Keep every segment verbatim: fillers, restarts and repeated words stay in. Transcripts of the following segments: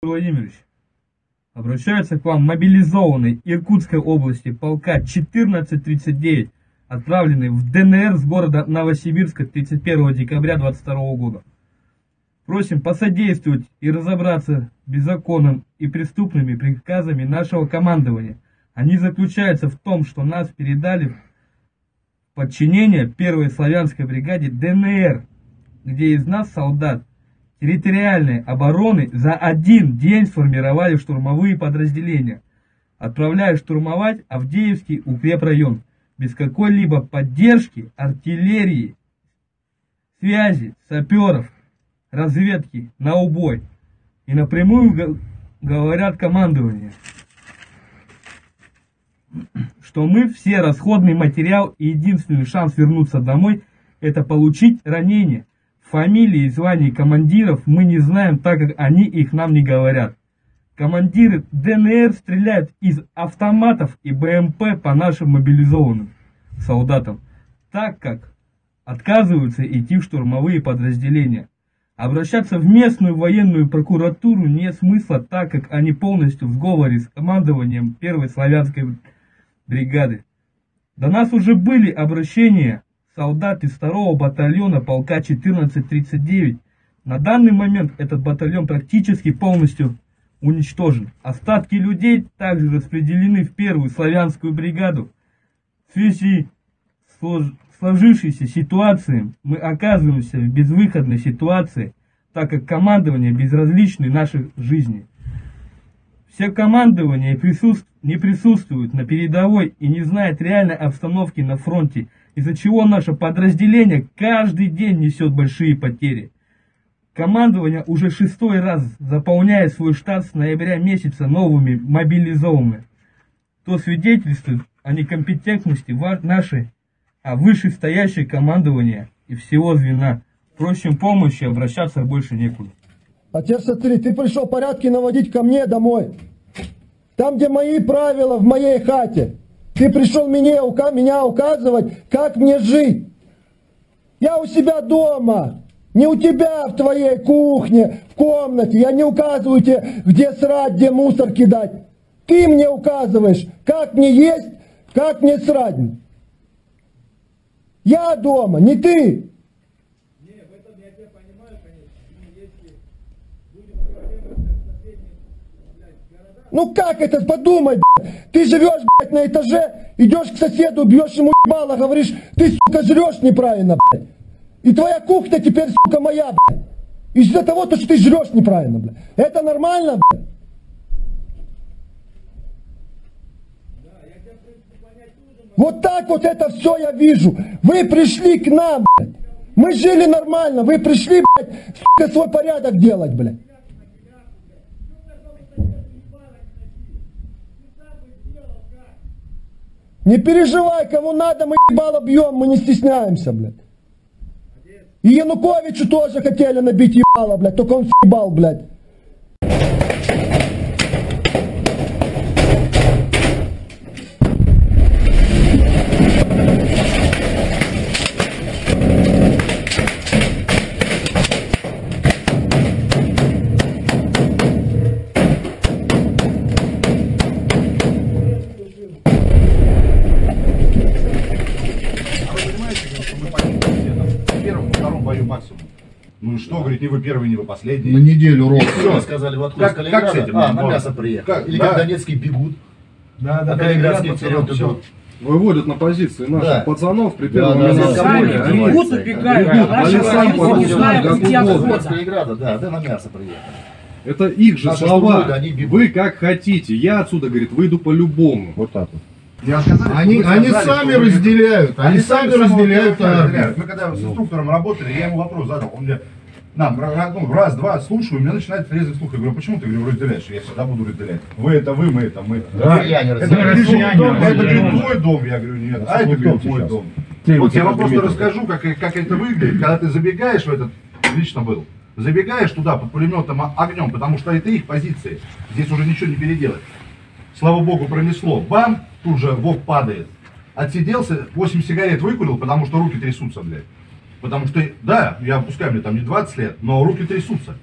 Владимирович, обращается к вам мобилизованный Иркутской области полка четырнадцать тридцать девять, отправленный в ДНР с города Новосибирска тридцать первого декабря двадцать второго года. Просим посодействовать и разобраться с беззаконным и преступными приказами нашего командования. Они заключаются в том, что нас передали в подчинение первой славянской бригаде ДНР, где из нас, солдат территориальной обороны, за один день сформировали штурмовые подразделения, отправляя штурмовать Авдеевский укрепрайон без какой-либо поддержки артиллерии, связи, саперов, разведки, на убой. И напрямую говорят командование, что мы все расходный материал и единственный шанс вернуться домой — это получить ранение. Фамилии и звания командиров мы не знаем, так как они их нам не говорят. Командиры ДНР стреляют из автоматов и БМП по нашим мобилизованным солдатам, так как отказываются идти в штурмовые подразделения. Обращаться в местную военную прокуратуру нет смысла, так как они полностью в сговоре с командованием первой славянской бригады. До нас уже были обращения солдат из второго батальона полка четырнадцать тридцать девять. На данный момент этот батальон практически полностью уничтожен. Остатки людей также распределены в первую славянскую бригаду. В связи с сложившейся ситуацией мы оказываемся в безвыходной ситуации, так как командование безразлично нашей жизни. Все командование присутств... не присутствует на передовой и не знает реальной обстановки на фронте, из-за чего наше подразделение каждый день несет большие потери. Командование уже шестой раз заполняет свой штат с ноября месяца новыми мобилизованными, то свидетельствует о некомпетентности нашей, а вышестоящее командование и всего звена. Просим помощи, обращаться больше некуда. А теперь смотри, ты пришел порядки наводить ко мне домой. Там, где мои правила, в моей хате. Ты пришел мне, меня указывать, как мне жить. Я у себя дома, не у тебя в твоей кухне, в комнате. Я не указываю тебе, где срать, где мусор кидать. Ты мне указываешь, как мне есть, как мне срать. Я дома, не ты. Ну как это, подумай, блядь. Ты живешь, блядь, на этаже, идешь к соседу, бьешь ему ебало, говоришь, ты, сука, жрешь неправильно, блядь. И твоя кухня теперь, сука, моя, блядь. Из-за того, что ты жрешь неправильно, блядь. Это нормально, блядь? Вот так вот это все я вижу. Вы пришли к нам, блядь. Мы жили нормально, вы пришли, блядь, сука, свой порядок делать, блядь. Не переживай, кому надо, мы ебало бьем, мы не стесняемся, блядь. И Януковичу тоже хотели набить ебало, блядь, только он съебал, блядь. Ну и что, говорит, не вы первый, не вы последний. На неделю ровно. Все, сказали, вот как, как с этим? А, на мясо приехали. Как? Или Да. как донецкие бегут. Да, да, а да. калининградские вперед идут. Выводят на позиции наших Да. пацанов при Да, первом да, минуте. да. Сами Они бегут, убегают, бегут, а наши по лесам, военные по не знаем, как где угодно. отходят. Калининграда, да, да, на мясо приехали. Это их же Наши слова. штурмуют, они бегут. Вы как хотите. Я отсюда, говорит, выйду по-любому. Вот так вот. Они, они сами разделяют, они сами разделяют армию. Мы когда с инструктором работали, я ему вопрос задал, он мне, нам, ну, раз, два, слушаю, у меня начинает резать слух. Я говорю, почему ты, говорю, разделяешь? Я всегда буду разделять. Вы это вы, мы это мы. Да, я не Это, разделяю. говорит, Россияне дом, это, разделяют. говорит, твой дом. Я говорю, нет. А это, говорит, мой дом. Вот я вам просто расскажу, как, как это выглядит, когда ты забегаешь в этот, лично был, забегаешь туда под пулеметом огнем, потому что это их позиции. Здесь уже ничего не переделать. Слава богу, пронесло. Бам, тут же ВОК падает. Отсиделся, восемь сигарет выкурил, потому что руки трясутся, блядь. Потому что, да, я пускай мне там не двадцать лет, но руки трясутся.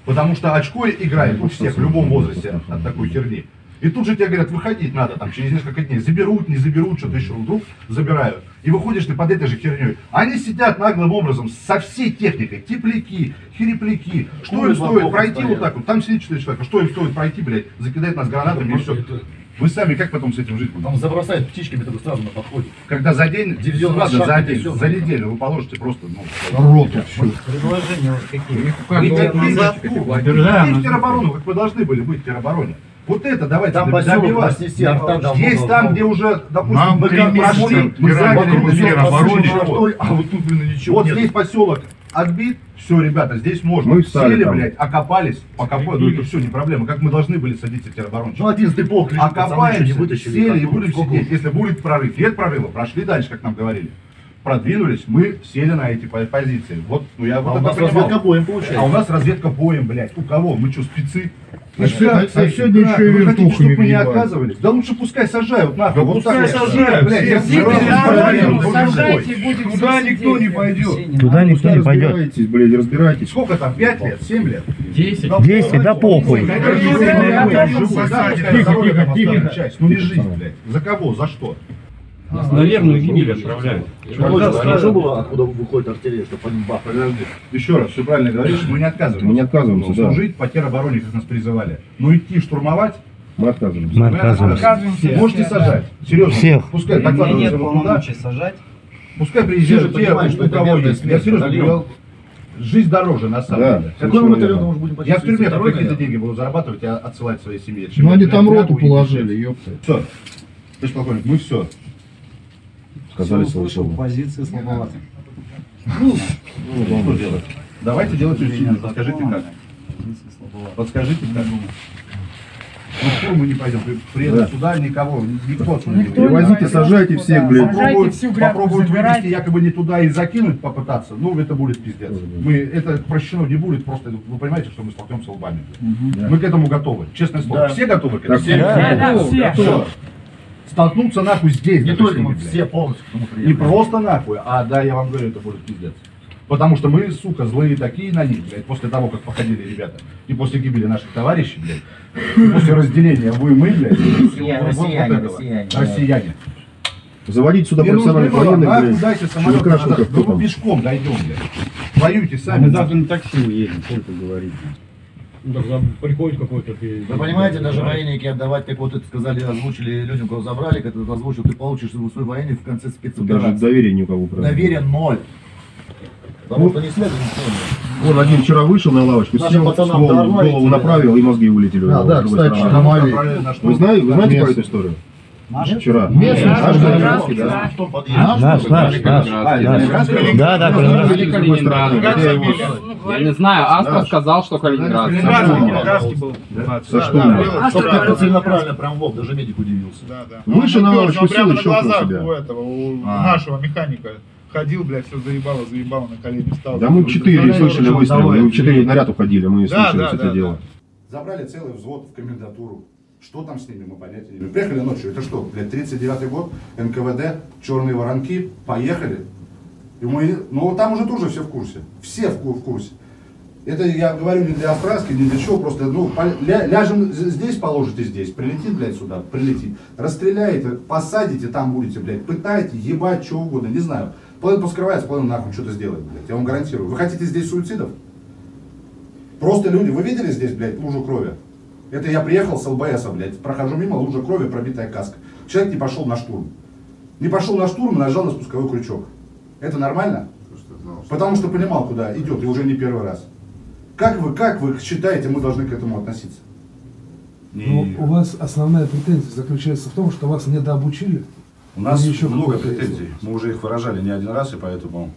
Потому что очко играет у всех в любом возрасте от такой херни. И тут же тебе говорят, выходить надо там через несколько дней. Заберут, не заберут, что-то еще вдруг забирают. И выходишь ты под этой же херней. Они сидят наглым образом со всей техникой. Тепляки, херепляки. Что им стоит пройти вот так вот? Там сидит четыре человека. Что им стоит пройти, блядь, закидать нас гранатами и все. Вы сами как потом с этим жить будете? Там забросают птичками, тогда сразу на подходе. Когда за день, Дивизион ладно, шаг, за день, дивизион. за неделю вы положите просто, ну, Роту всю. Предложения вот какие? Вы Как как назад? в тероборону, как вы должны были быть в теробороне. Вот это давайте Там добиваться. поселок вас нести, а там давно Есть было. там, где уже, допустим, Нам мы три как месяца прошли, мы играли заняли вокруг всё, теробороны, ничего. а вот тут, блин, ничего Вот нет. здесь поселок отбит, все, ребята, здесь можно. Мы встали Сели, там. блядь, окопались, покопали, ну это все не проблема. Как мы должны были садиться в тероборончик? Ну, один с депо лежит, пацаны еще не Окопаемся, вытащили. сели и Как будем сколько? сидеть. Если будет прорыв, нет прорыва, прошли дальше, как нам говорили. Продвинулись, мы сели на эти по- позиции. Вот, ну я А вот у это нас понимал. разведка боем А у получается. нас разведка боем, блядь. У кого? Мы что, спецы? А сегодня- а сегодня Да, еще и вы хотите, вертухами чтобы мы не въебали. оказывались? Да лучше пускай сажают, нахуй. Вот пускай так вот. сажают, Блядь, все, я все, сразу все, проверил, все, боже Сажайте, мой. будем Туда все никто не сидеть, пойдет. все Туда никто не пойдет. Разбирайтесь, блядь, разбирайтесь. Сколько там? Пять лет? Семь лет? Десять. Десять, да похуй. Ну не жизнь, блядь. За кого? За что? На верную гибель отправляют. Хорошо было, откуда выходит артиллерия, чтобы они бах. Подожди. Еще раз, все правильно говоришь, мы не отказываемся. Мы не отказываемся, Ну, да. служить по теробороне, как нас призывали. Но идти штурмовать, Мы отказываемся. Мы мы отказываемся. отказываемся. Можете сажать. Серьезно. Всех. Пускай У меня докладывают нет туда. полномочий сажать. Пускай Все приезжают же те, понимают, что у это кого верная есть. Я смерть, серьезно батальон. говорю, жизнь дороже на самом Да. деле. Какой мы батальон может быть Я в почувствовать? тюрьме Второй, какие-то наверное? деньги буду зарабатывать и отсылать своей семье. Ну они там роту положили, ёпта. Все. Товарищ полковник, мы все. Сказали Все свое услышал, слово. позиции слабоваты. Что делать? Давайте делать усилия. Подскажите как. Позиции слабоваты. Подскажите как. Ну что мы не пойдем? При- Приедут Да. сюда, никого, никто отсюда не Никто выйдет. Привозите, сажайте всех, блядь. Попробуют, всю грядку попробуют забирать. вывести якобы не туда и закинуть, попытаться, ну это будет пиздец. Мы, это прощено не будет, просто вы понимаете, что мы столкнемся лбами. Мы к этому готовы, честное слово. Да. Все готовы к этому? Так, все. Да, да, все. Готовы. Столкнуться нахуй здесь. Не даже только с ними, мы, блядь. все полностью к тому Не приехали. просто нахуй, а да, я вам говорю, это будет пиздец. Потому что мы, сука, злые такие на них, блядь, после того, как походили ребята. И после гибели наших товарищей, блядь. И после разделения вы и мы, блядь. Россияне, вот- вот россияне, этого. россияне, да. Россияне. Заводить сюда Не нужно профессиональных было, военных, нахуй блядь. дайте самолет Черекашников, назад. кто Ну, мы там? пешком дойдем, блядь. Воюйте сами. на такси уедем, сколько говорить. Прикольно какой-то ты. Вы понимаете, даже военники отдавать, как вот это сказали, озвучили людям, кого забрали, как это озвучил, ты получишь свой военный в конце Даже спецоперации. доверия ни у кого, правда. Доверие ноль. Потому что не следует ничего. Вон один вчера вышел на лавочку, Нашим сел, пацанам ствол в дорвали голову тебе. направил, и мозги улетели. А, у него да, с другой кстати, стороны. Направили на что? Вы знаете, вы знаете про Местный. эту историю? Наши? Вчера. Местный, Наш наш, Калининградский, наш, да. в том подъезде. Наш, наш, наш, наш. А, Ленинградский? Да, да, Калининград. Или Калининград. Я не знаю, Астра сказал, что Калининград. Ленинградский был. За что? Чтоб как-то целенаправленно прям в лоб, даже медик удивился. Да, да. Выше на Он лавочку прямо сел и на щелкнул глазах себя. у этого, у А. нашего механика. Ходил, блядь, все заебало, заебало, на колени встал. Да мы в четыре Представляешь, слышали что выстрелы, давай. мы в четыре наряд уходили, мы Да, слышали да, все да, это дело. Забрали целый взвод в комендатуру. Что там с ними, мы понятия не имеем. Приехали ночью, это что, блядь, тридцать девятый год, эн ка вэ дэ, черные воронки, поехали. И мы, ну там уже тоже все в курсе, все в, ку- в курсе. Это я говорю не для Остраски, не для чего, просто, ну, по- ля- ляжем з- здесь, положите здесь, прилетит, блядь, сюда, прилетит. Расстреляете, посадите, там будете, блядь, пытайте, ебать, что угодно, не знаю. Половина поскрывается, половина нахуй что-то сделает, блядь, я вам гарантирую. Вы хотите здесь суицидов? Просто люди, вы видели здесь, блядь, лужу крови? Это я приехал с эл бэ эса, блядь, прохожу мимо, лужа крови, пробитая каска. Человек не пошел на штурм. Не пошел на штурм и нажал на спусковой крючок. Это нормально? Потому что понимал, куда идет, и уже не первый раз. Как вы, как вы считаете, мы должны к этому относиться? Ну, у вас основная претензия заключается в том, что вас недообучили? У нас Или еще много какое-то претензий. Мы уже их выражали не один раз, и поэтому...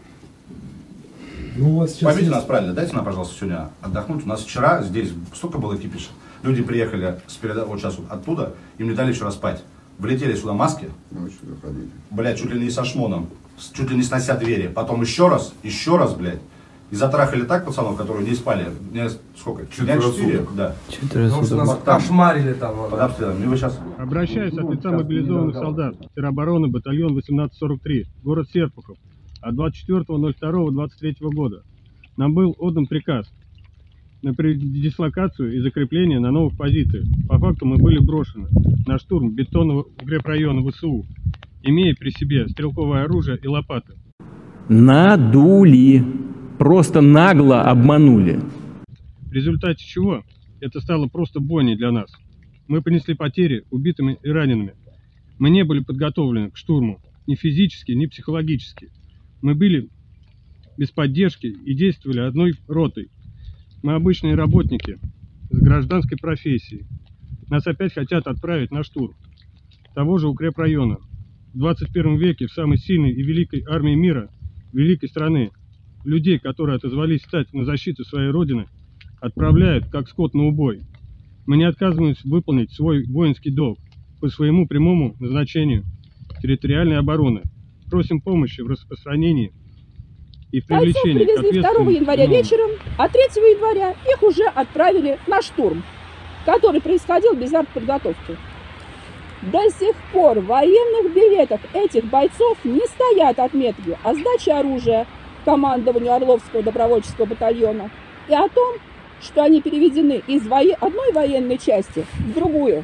Ну, у вас сейчас Поймите есть- нас правильно, дайте нам, пожалуйста, сегодня отдохнуть. У нас вчера здесь столько было кипиша. Люди приехали с переда... вот сейчас вот оттуда, им не дали вчера спать. Влетели сюда маски, блядь, чуть ли не со шмоном, с- чуть ли не снося двери. Потом еще раз, еще раз, блядь. И затрахали так пацанов, которые не спали. Мне сколько? Дня четыре, да. Четыре суток. Вот там, Кошмарили там. под обстрелом. И вы сейчас... Обращаюсь от лица мобилизованных солдат. Теробороны, батальон восемнадцать сорок три, город Серпухов, от двадцать четвёртого ноль второго двадцать третьего года. Нам был отдан приказ на передислокацию и закрепление на новых позициях. По факту мы были брошены на штурм бетонного укрепрайона ВСУ, имея при себе стрелковое оружие и лопаты. Надули. Просто нагло обманули. В результате чего это стало просто бойней для нас. Мы понесли потери убитыми и ранеными. Мы не были подготовлены к штурму ни физически, ни психологически. Мы были без поддержки и действовали одной ротой. Мы обычные работники с гражданской профессией. Нас опять хотят отправить на штурм того же укрепрайона. В двадцать первом веке в самой сильной и великой армии мира, великой страны, людей, которые отозвались стать на защиту своей родины, отправляют как скот на убой. Мы не отказываемся выполнить свой воинский долг по своему прямому назначению территориальной обороны. Просим помощи в распространении и в привлечении Бойцов привезли второго января вечером, а третьего января их уже отправили на штурм, который происходил без артподготовки. До сих пор в военных билетах этих бойцов не стоят отметки о сдаче оружия командованию Орловского добровольческого батальона и о том, что они переведены из воен... одной военной части в другую.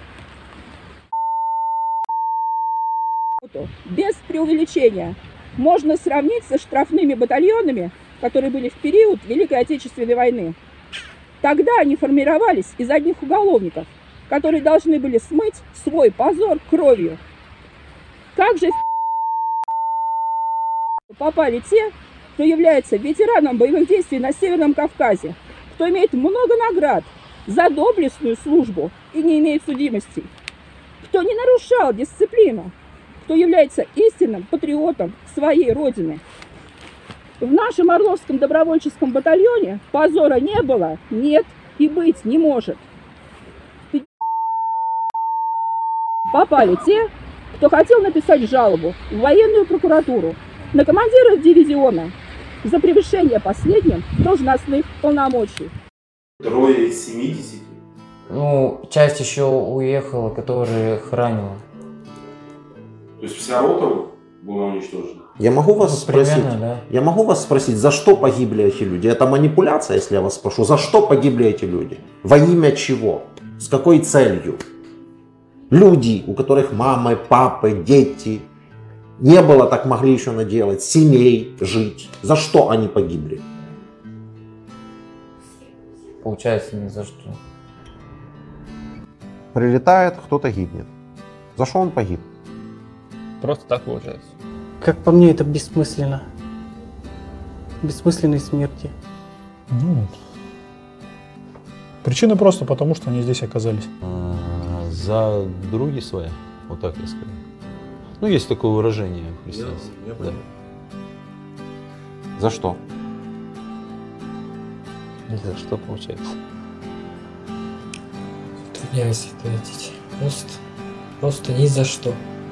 Без преувеличения можно сравнить со штрафными батальонами, которые были в период Великой Отечественной войны. Тогда они формировались из одних уголовников, которые должны были смыть свой позор кровью. Как же попали те, кто является ветераном боевых действий на Северном Кавказе, кто имеет много наград за доблестную службу и не имеет судимостей, кто не нарушал дисциплину, кто является истинным патриотом своей родины. В нашем Орловском добровольческом батальоне позора не было, нет и быть не может. Попали те, кто хотел написать жалобу в военную прокуратуру на командира дивизиона за превышение последним должностных полномочий. Трое из семидесяти? Ну, часть еще уехала, которых ранила. То есть вся рота была уничтожена? Я могу вас Примерно, спросить, да. я могу вас спросить, за что погибли эти люди? Это манипуляция, если я вас спрошу. За что погибли эти люди? Во имя чего? С какой целью? Люди, у которых мамы, папы, дети, не было, так могли еще наделать, семей, жить. За что они погибли? Получается, ни за что. Прилетает, кто-то гибнет. За что он погиб? Просто так получается. Как по мне, это бессмысленно. Бессмысленной смерти. Ну, причина просто потому, что они здесь оказались. За други свои, вот так я скажу. Ну, есть такое выражение в христианстве. Я, я да. За что? Не за что получается. Трудняюсь ответить. Просто, просто ни за что.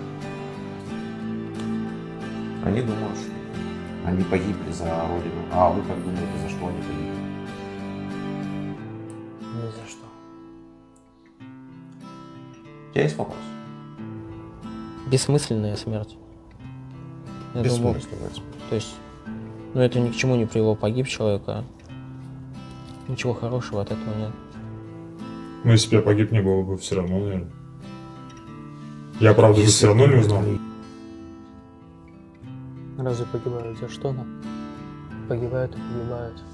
Они думают, что они погибли за родину. А вы как думаете, за что они погибли? Ни за что. У тебя есть вопрос? Бессмысленная смерть. Я Бессмысленная думаю, смерть. То есть, ну это ни к чему не привело, погиб человека. Ничего хорошего от этого нет. Ну, если бы я погиб, не было бы все равно, наверное. Я, правда, бы все равно не узнал. Разве погибают за что-то? Погибают и погибают.